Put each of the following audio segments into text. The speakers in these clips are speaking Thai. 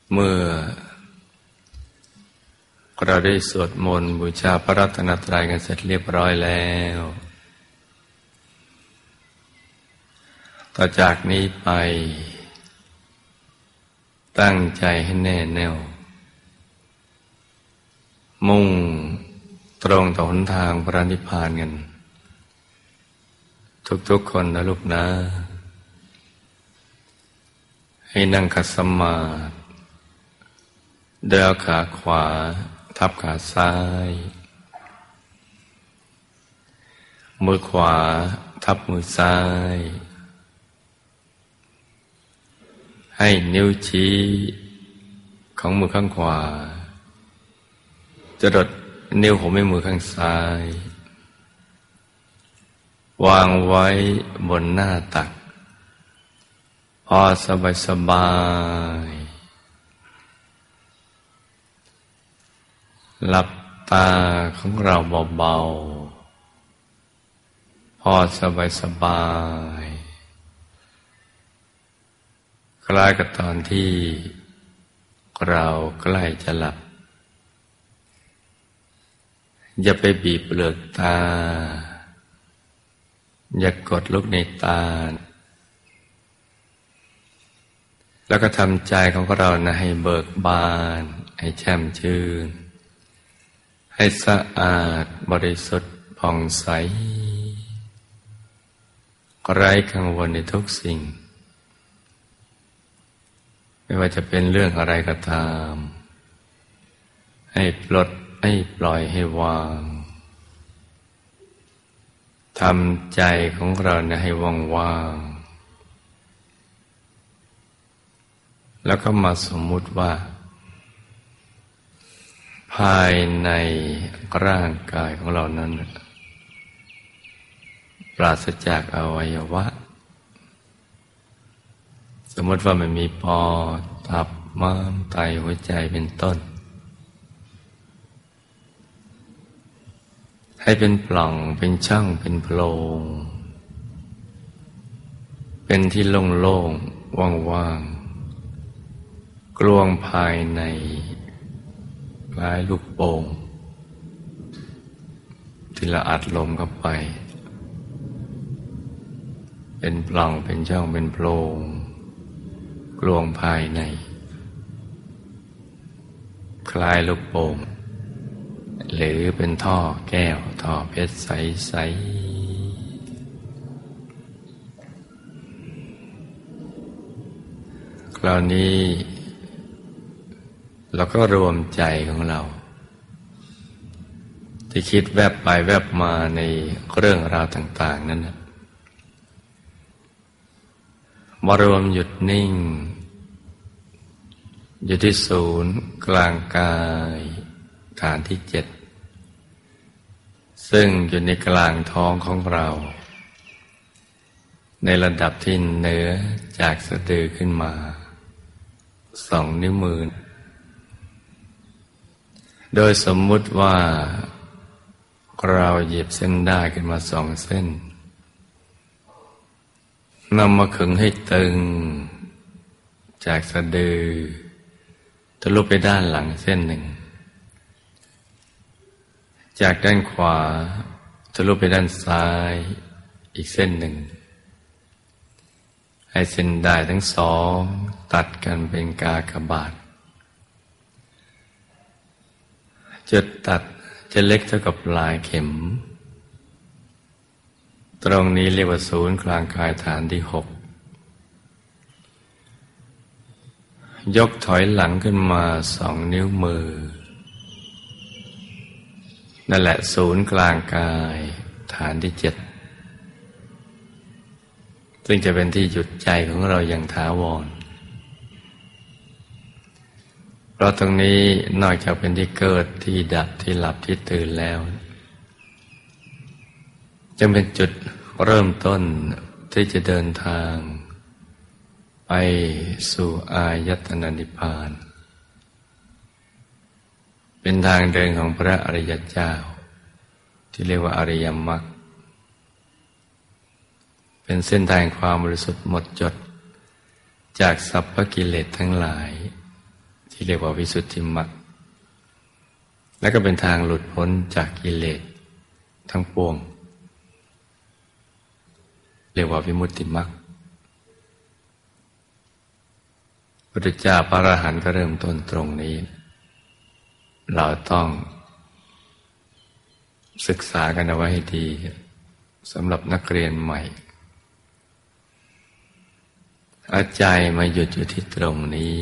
เมื่อเราได้สวดมนต์บูชาพระรัตนตรัยกันเสร็จเรียบร้อยแล้วต่อจากนี้ไปตั้งใจให้แน่แน่วมุ่งตรงต่อหนทางพระนิพพานกันทุกๆคนนะลูกนะให้นั่งขัดสมาธิโดยเอาขาขวาทับขาซ้ายมือขวาทับมือซ้ายให้นิ้วชี้ของมือข้างขวาจรดนิ้วหัวแม่มือข้างซ้ายวางไว้บนหน้าตักพอสบายหลับตาของเราเบาๆพอสบายคล้ายกับตอนที่เราใกล้จะหลับอย่าไปบีบเปลือกตาอย่ากดลูกในตาแล้วก็ทำใจของเรานะให้เบิกบานให้แช่มชื่นให้สะอาดบริสุทธิ์ผ่องใสไร้กังวลในทุกสิ่งไม่ว่าจะเป็นเรื่องอะไรก็ตามให้ปลดให้ปล่อยให้วางทำใจของเราเนี่ยให้ว่างๆแล้วก็มาสมมุติว่าภายในร่างกายของเรานั้นปราศจากอวัยวะสมมติว่ามันมีปอดตับม้ามไตหัวใจเป็นต้นให้เป็นปล่องเป็นช่องเป็นโพรงเป็นที่โล่งๆว่างๆกลวงภายในคล้ายลูกโป่งที่เราอัดลมเข้าไปเป็นปล่องเป็นช่องเป็นโพรงกลวงภายในคล้ายลูกโป่งหรือเป็นท่อแก้วท่อเพชรใสๆคราวนี้เราก็รวมใจของเราที่คิดแวบไปแวบมาในเรื่องราวต่างๆนั้นมารวมหยุดนิ่งอยู่ที่ศูนย์กลางกายฐานที่7ซึ่งอยู่ในกลางท้องของเราในระดับที่เหนือจากสะดือขึ้นมา2 นิ้วมือโดยสมมุติว่าเราหยิบเส้นด้ายขึ้นมา2 เส้นนำมาขึงให้ตึงจากสะดือทะลุไปด้านหลังเส้นหนึ่งจากด้านขวาทะลุไปด้านซ้ายอีกเส้นหนึ่งให้เส้นด้ายทั้งสองตัดกันเป็นกากบาทจุดตัดจะเล็กเท่ากับปลายเข็มตรงนี้เรียกว่าศูนย์กลางกายฐานที่6ยกถอยหลังขึ้นมา2 นิ้วมือนั่นแหละศูนย์กลางกายฐานที่7ซึ่งจะเป็นที่หยุดใจของเราอย่างถาวรเพราะตรงนี้นอกจากเป็นที่เกิดที่ดับที่หลับที่ตื่นแล้วจึงเป็นจุดเริ่มต้นที่จะเดินทางไปสู่อายตนะนิพพานเป็นทางเดินของพระอริยเจ้าที่เรียกว่าอริยมรรคเป็นเส้นทางความบริสุทธิ์หมดจดจากสรรพกิเลสทั้งหลายที่เรียกว่าวิสุทธิมรรคและก็เป็นทางหลุดพ้นจากกิเลสทั้งปวงเรียกว่าวิมุตติมรรคพุทธเจ้าพระอรหันต์ก็เริ่มต้นตรงนี้เราต้องศึกษากันเอาไว้ให้ดีสำหรับนักเรียนใหม่เอาใจมาหยุดอยู่ที่ตรงนี้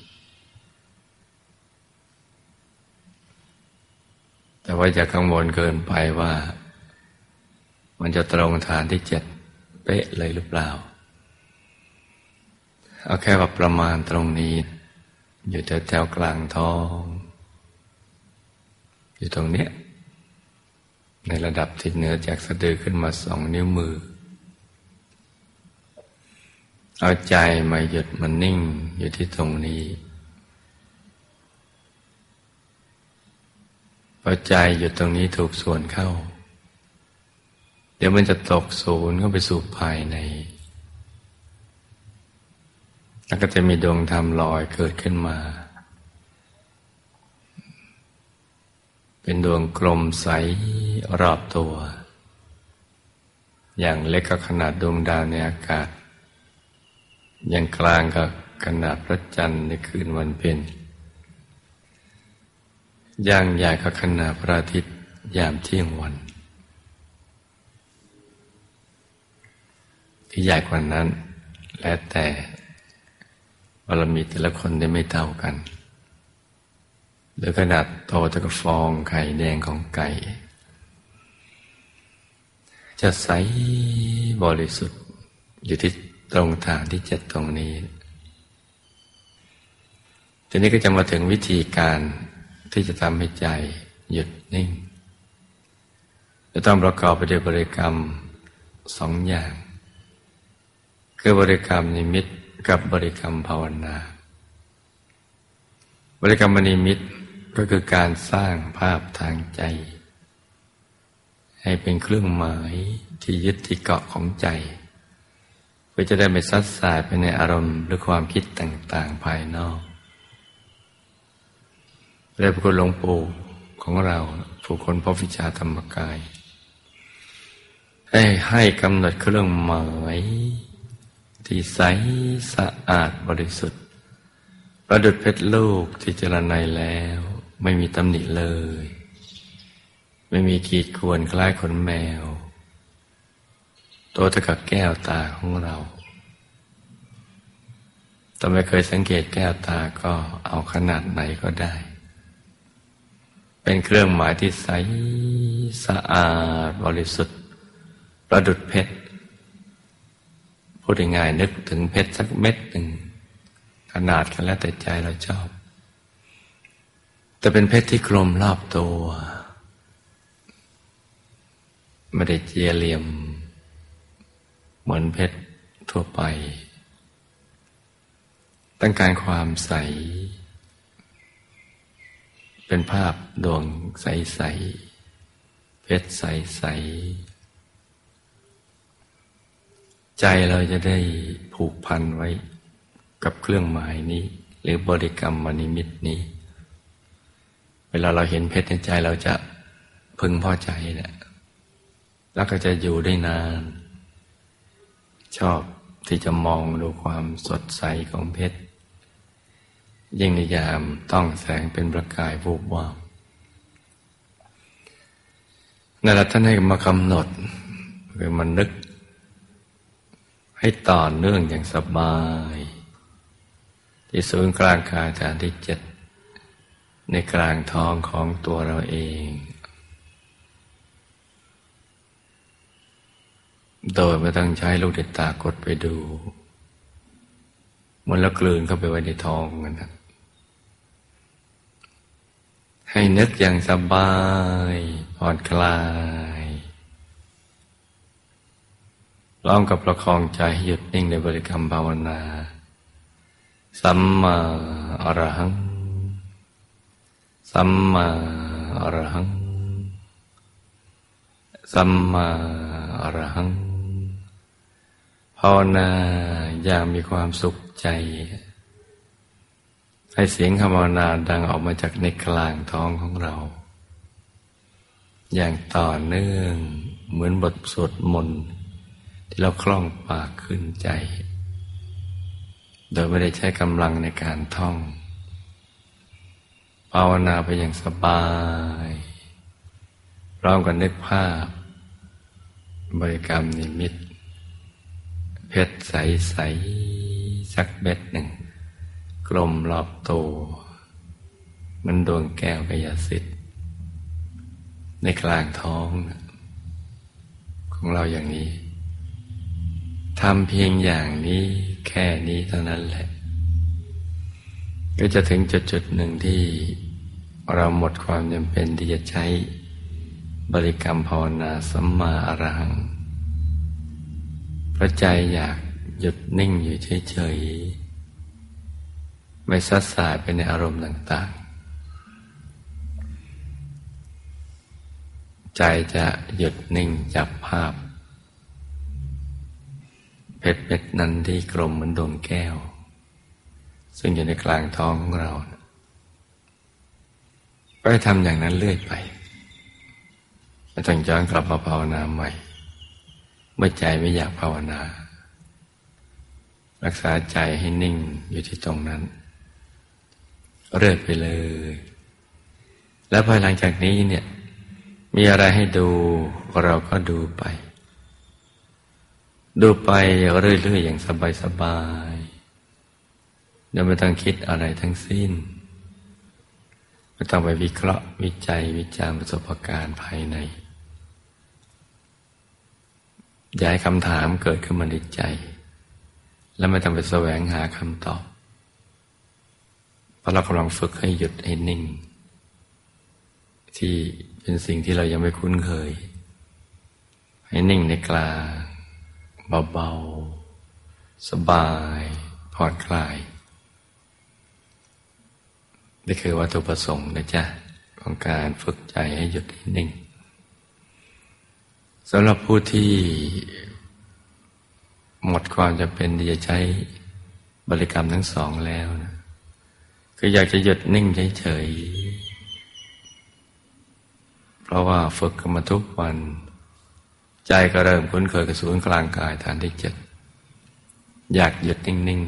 แต่ว่าอย่ากังวลเกินไปว่ามันจะตรงฐานที่7เป๊ะเลยหรือเปล่าเอาแค่ว่าประมาณตรงนี้อยู่แถวกลางท้องอยู่ตรงเนี้ยในระดับที่เหนือจากสะดือขึ้นมา2 นิ้วมือเอาใจมาหยุดมันนิ่งอยู่ที่ตรงนี้พอใจหยุดตรงนี้ถูกส่วนเข้าเดี๋ยวมันจะตกศูนย์เข้าไปสู่ภายในแล้วก็จะมีดวงธรรมลอยเกิดขึ้นมาเป็นดวงกลมใสรอบตัวอย่างเล็กก็ขนาดดวงดาวในอากาศอย่างกลางก็ขนาดพระจันทร์ในคืนวันเพ็ญอย่างใหญ่ก็ขนาดพระอาทิตย์ยามเที่ยงวันที่ใหญ่กว่านั้นแล้วแต่บารมีแต่ละคนได้ไม่เท่ากันหรือขนาดโตเท่ากับฟองไข่แดงของไก่จะใสบริสุทธิ์อยู่ที่ตรงฐานที่7ตรงนี้ทีนี้ก็จะมาถึงวิธีการที่จะทำให้ใจหยุดนิ่งจะต้องประกอบไปด้วยบริกรรม2 อย่างคือบริกรรมนิมิตกับบริกรรมภาวนาบริกรรมนิมิตก็คือการสร้างภาพทางใจให้เป็นเครื่องหมายที่ยึดที่เกาะของใจเพื่อจะได้ไม่ซัดสายไปในอารมณ์หรือความคิดต่างๆภายนอกพระพุทธหลวงปู่ของเราผู้ค้นพบวิชาธรรมกายให้กำหนดเครื่องหมายที่ใสสะอาดบริสุทธิ์ประดุจเพชรลูกที่เจริญในแล้วไม่มีตำหนิเลยไม่มีขีดข่วนคล้ายขนแมวตัวเท่ากับแก้วตาของเราถ้าไม่เคยสังเกตแก้วตาก็เอาขนาดไหนก็ได้เป็นเครื่องหมายที่ใสสะอาดบริสุทธิ์ประดุจเพชรพูดง่ายๆนึกถึงเพชรสักเม็ดหนึ่งขนาดกันแล้วแต่ใจเราชอบแต่เป็นเพชรที่กลมรอบตัวไม่ได้เจียเหลี่ยมเหมือนเพชรทั่วไปต้องการความใสเป็นภาพดวงใสๆเพชรใสๆใจเราจะได้ผูกพันไว้กับเครื่องหมายนี้หรือบริกรรมนิมิตนี้เวลาเราเห็นเพชรในใจเราจะพึงพอใจแหละแล้วก็จะอยู่ได้นานชอบที่จะมองดูความสดใสของเพชรยิ่งในยามต้องแสงเป็นประกายวูบวาบนั่นแหละท่านให้มากำหนดคือมันนึกให้ต่อเนื่องอย่างสบายที่ศูนย์กลางกายฐานที่7ในกลางท้องของตัวเราเองโดยไม่ต้องใช้ลูกเด็ดตากดไปดูมันแล้วกลืนเข้าไปไว้ในท้องกันนะให้นึกอย่างสบายผ่อนคลายพร้อมกับประคองใจให้หยุดนิ่งในบริกรรมภาวนาสัมมาอรหังสัมมาอรหังสัมมาอรหังภาวนาอย่างมีความสุขใจให้เสียงคำภาวนาดังออกมาจากในกลางท้องของเราอย่างต่อเนื่องเหมือนบทสวดมนต์ที่เราคล่องปากขึ้นใจโดยไม่ได้ใช้กำลังในการท่องภาวนาไปอย่างสบายพร้อมกับนึกภาพบริกรรมนิมิตเพชรใสๆสักเม็ดหนึ่งกลมรอบตัวมันดวงแก้วกายสิทธิ์ในกลางท้องของเราอย่างนี้ทำเพียงอย่างนี้แค่นี้เท่านั้นแหละก็จะถึงจุดหนึ่งที่เราหมดความจำเป็นที่จะใช้บริกรรมภาวนาสัมมาอรหังเพราะใจอยากหยุดนิ่งอยู่เฉยๆไม่ซัดสายไปในอารมณ์ต่างๆใจจะหยุดนิ่งจับภาพเพชรเม็ดนั้นที่กลมเหมือนดวงแก้วซึ่งอยู่ในกลางท้องของเราก็ให้ทำอย่างนั้นเรื่อยไปไม่ต้องย้อนกลับมาภาวนาใหม่เมื่อใจไม่อยากภาวนารักษาใจให้นิ่งอยู่ที่ตรงนั้นเรื่อยไปเลยแล้วภายหลังจากนี้เนี่ยมีอะไรให้ดูเราก็ดูไปเรื่อยๆอย่างสบายๆโดยไม่ต้องคิดอะไรทั้งสิ้นไม่ต้องไปวิเคราะห์วิจัยวิจารณ์ประสบการณ์ภายในอย่าให้คำถามเกิดขึ้นมาในใจและไม่ต้องไปแสวงหาคำตอบเพราะเรากำลังฝึกให้หยุดให้นิ่งที่เป็นสิ่งที่เรายังไม่คุ้นเคยให้นิ่งในกลางเบาๆสบายผ่อนคลายนี่คือวัตถุประสงค์นะจ๊ะของการฝึกใจให้หยุดให้นิ่งสำหรับผู้ที่หมดความจำเป็นที่จะใช้บริกรรมทั้งสองแล้วนะคืออยากจะหยุดนิ่งเฉยๆเพราะว่าฝึกกันมาทุกวันใจก็เริ่มคุ้นเคยกับศูนย์กลางกายฐานที่ 7อยากหยุดนิ่ง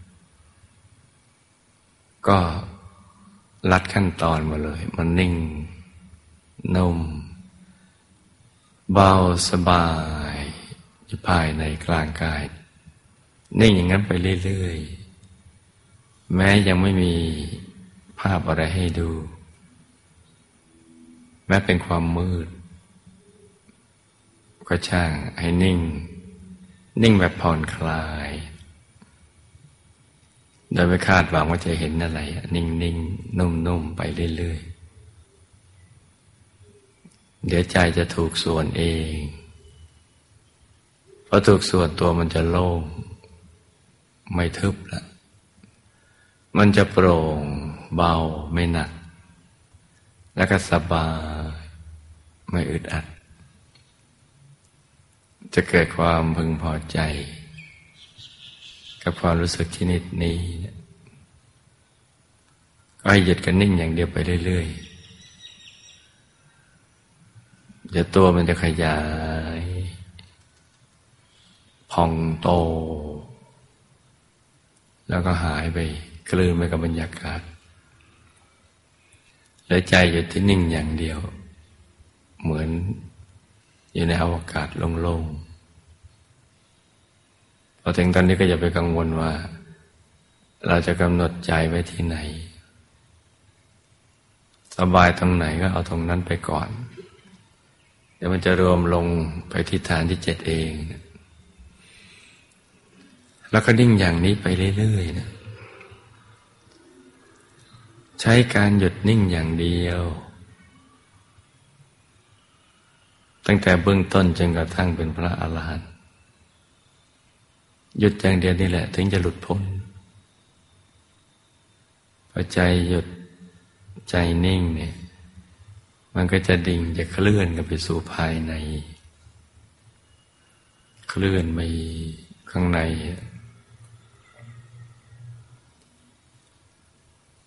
ๆก็ลัดขั้นตอนมาเลยมันนิ่งนุ่มเบาสบายอยู่ภายในกลางกายนิ่งอย่างนั้นไปเรื่อยๆแม้ยังไม่มีภาพอะไรให้ดูแม้เป็นความมืดก็ช่างให้นิ่งแบบผ่อนคลายโดยไม่คาดหวังว่าจะเห็นอะไรนิ่งๆนุ่มๆไปเรื่อยๆเดี๋ยวใจจะถูกส่วนเองพอถูกส่วนตัวมันจะโล่งไม่ทึบละมันจะโปร่งเบาไม่หนักแล้วก็สบายไม่อึดอัดจะเกิดความพึงพอใจกับความรู้สึกชนิดนี้ก็ให้หยุดกันนิ่งอย่างเดียวไปเรื่อยๆเดี๋ยวตัวมันจะขยายพองโตแล้วก็หายไปกลืนไปกับบรรยากาศแล้วใจหยุดที่นิ่งอย่างเดียวเหมือนอยู่ในอวกาศโล่งๆพอถึงตอนนี้ก็อย่าไปกังวลว่าเราจะกำหนดใจไว้ที่ไหนสบายตรงไหนก็เอาตรงนั้นไปก่อนเดี๋ยวมันจะรวมลงไปที่ฐานที่ 7เองแล้วก็นิ่งอย่างนี้ไปเรื่อยๆนะใช้การหยุดนิ่งอย่างเดียวตั้งแต่เบื้องต้นจนกระทั่งเป็นพระอรหันต์หยุดอย่างเดียวนี่แหละถึงจะหลุดพ้นพอใจหยุดใจนิ่งเนี่ยมันก็จะดิ่งจะเคลื่อนกันไปสู่ภายในเคลื่อนไปข้างใน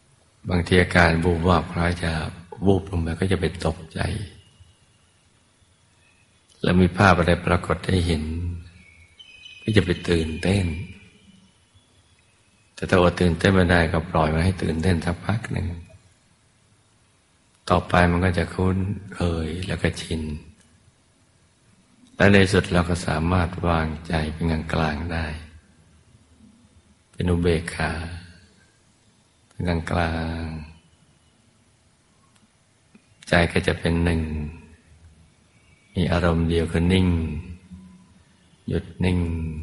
บางทีอาการวูบวาบคล้ายจะวูบลงไปก็จะไปตกใจแล้วมีภาพอะไรปรากฏให้เห็นก็จะไปตื่นเต้นแต่ถ้าอดตื่นเต้นไม่ได้ก็ปล่อยมันให้ตื่นเต้นสักพักหนึ่งต่อไปมันก็จะคุ้นเคยแล้วก็ชินและในสุดเราก็สามารถวางใจเป็นกลางๆได้เป็นอุเบกขาเป็นกลางๆใจก็จะเป็นหนึ่งมีอารมณ์เดียวคือนิ่งหยุดนิ่ง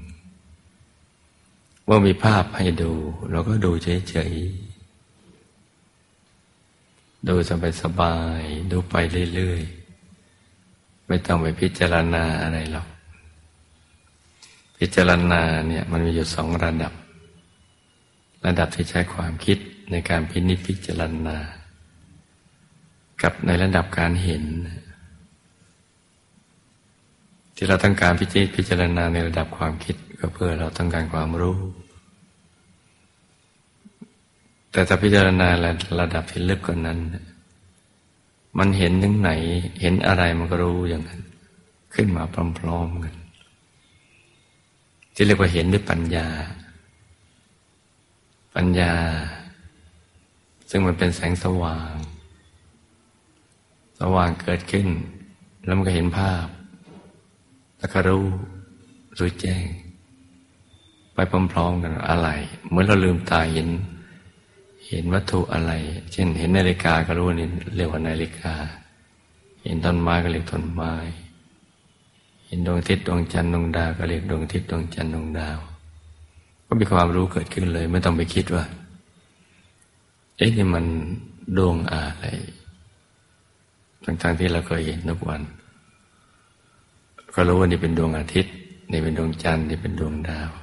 เมื่อมีภาพให้ดูเราก็ดูเฉยๆดูสบายๆดูไปเรื่อยๆไม่ต้องไปพิจารณาอะไรหรอกพิจารณาเนี่ยมันมีอยู่2ระดับที่ใช้ความคิดในการพินิจพิจารณากับในระดับการเห็นที่เราต้องการพิจารณาในระดับความคิดก็เพื่อเราต้องการความรู้แต่ถ้าพิจารณาระดับที่ลึกกว่านั้นมันเห็นถึงไหนเห็นอะไรมันก็รู้อย่างนั้นขึ้นมาพร้อมๆกันที่เรียกว่าเห็นด้วยปัญญาซึ่งมันเป็นแสงสว่างเกิดขึ้นแล้วมันก็เห็นภาพแล้วก็รู้แจ้งไปพร้อมๆกันอะไรเหมือนเราลืมตาเห็นวัตถุอะไรเช่นเห็นนาฬิกาก็รู้นี่เรียกว่านาฬิกาเห็นต้นไม้ก็เรียกต้นไม้เห็นดวงอาทิตย์ดวงจันทร์ดวงดาวก็เรียกดวงอาทิตย์ดวงจันทร์ดวงดาวก็มีความรู้เกิดขึ้นเลยไม่ต้องไปคิดว่านี่มันดวงอะไรทั้งที่เราเคยเห็นทุกวันก็รู้ว่านี่เป็นดวงอาทิตย์นี่เป็นดวงจันทร์นี่เป็นดวงดาว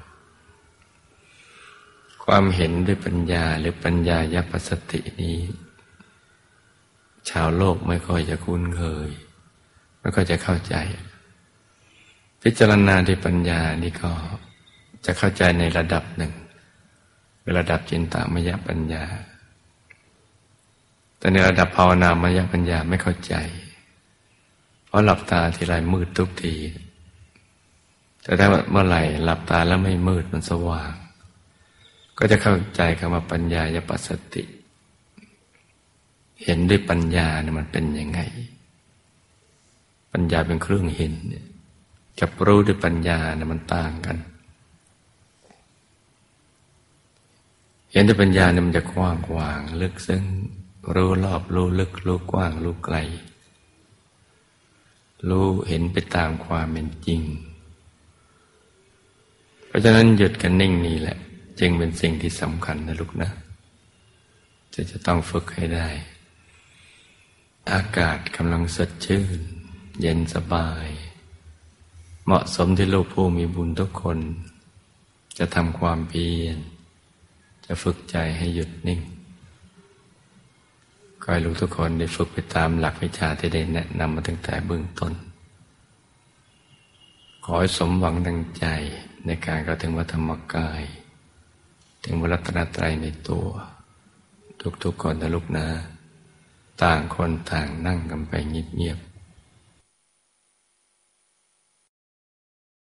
ความเห็นด้วยปัญญาหรือปัญญายปัสสตินี้ชาวโลกไม่ค่อยจะคุ้นเคยไม่ค่อยจะเข้าใจพิจารณาด้วยปัญญานี่ก็จะเข้าใจในระดับหนึ่งเป็นระดับจินตามยปัญญาแต่ในระดับภาวนามยปัญญาไม่เข้าใจเพราะหลับตาทีไรมืดทุกทีแต่ถ้าเมื่อไหร่หลับตาแล้วไม่มืดมันสว่างก็จะเข้าใจคำว่าปัญญายปัสสติเห็นด้วยปัญญาเนี่ยมันเป็นยังไงปัญญาเป็นเครื่องเห็นกับรู้ด้วยปัญญาเนี่ยมันต่างกันเห็นด้วยปัญญาเนี่ยมันจะกว้างขวางลึกซึ้งรู้รอบรู้ลึกรู้กว้างรู้ไกลรู้เห็นไปตามความเป็นจริงเพราะฉะนั้นหยุดกันนิ่งนี่แหละจึงเป็นสิ่งที่สำคัญนะลูกนะจะต้องฝึกให้ได้อากาศกำลังสดชื่นเย็นสบายเหมาะสมที่ลูกผู้มีบุญทุกคนจะทำความเพียรจะฝึกใจให้หยุดนิ่งก็ให้ลูกทุกคนได้ฝึกไปตามหลักวิชาที่ได้แนะนำมาตั้งแต่เบื้องต้นขอให้สมหวังดังใจในการเข้าถึงวัดธรรมกายถึงพระรัตนตรัยในตัวทุกๆคนนะลูกนะต่างคนต่างนั่งกันไปเงียบๆ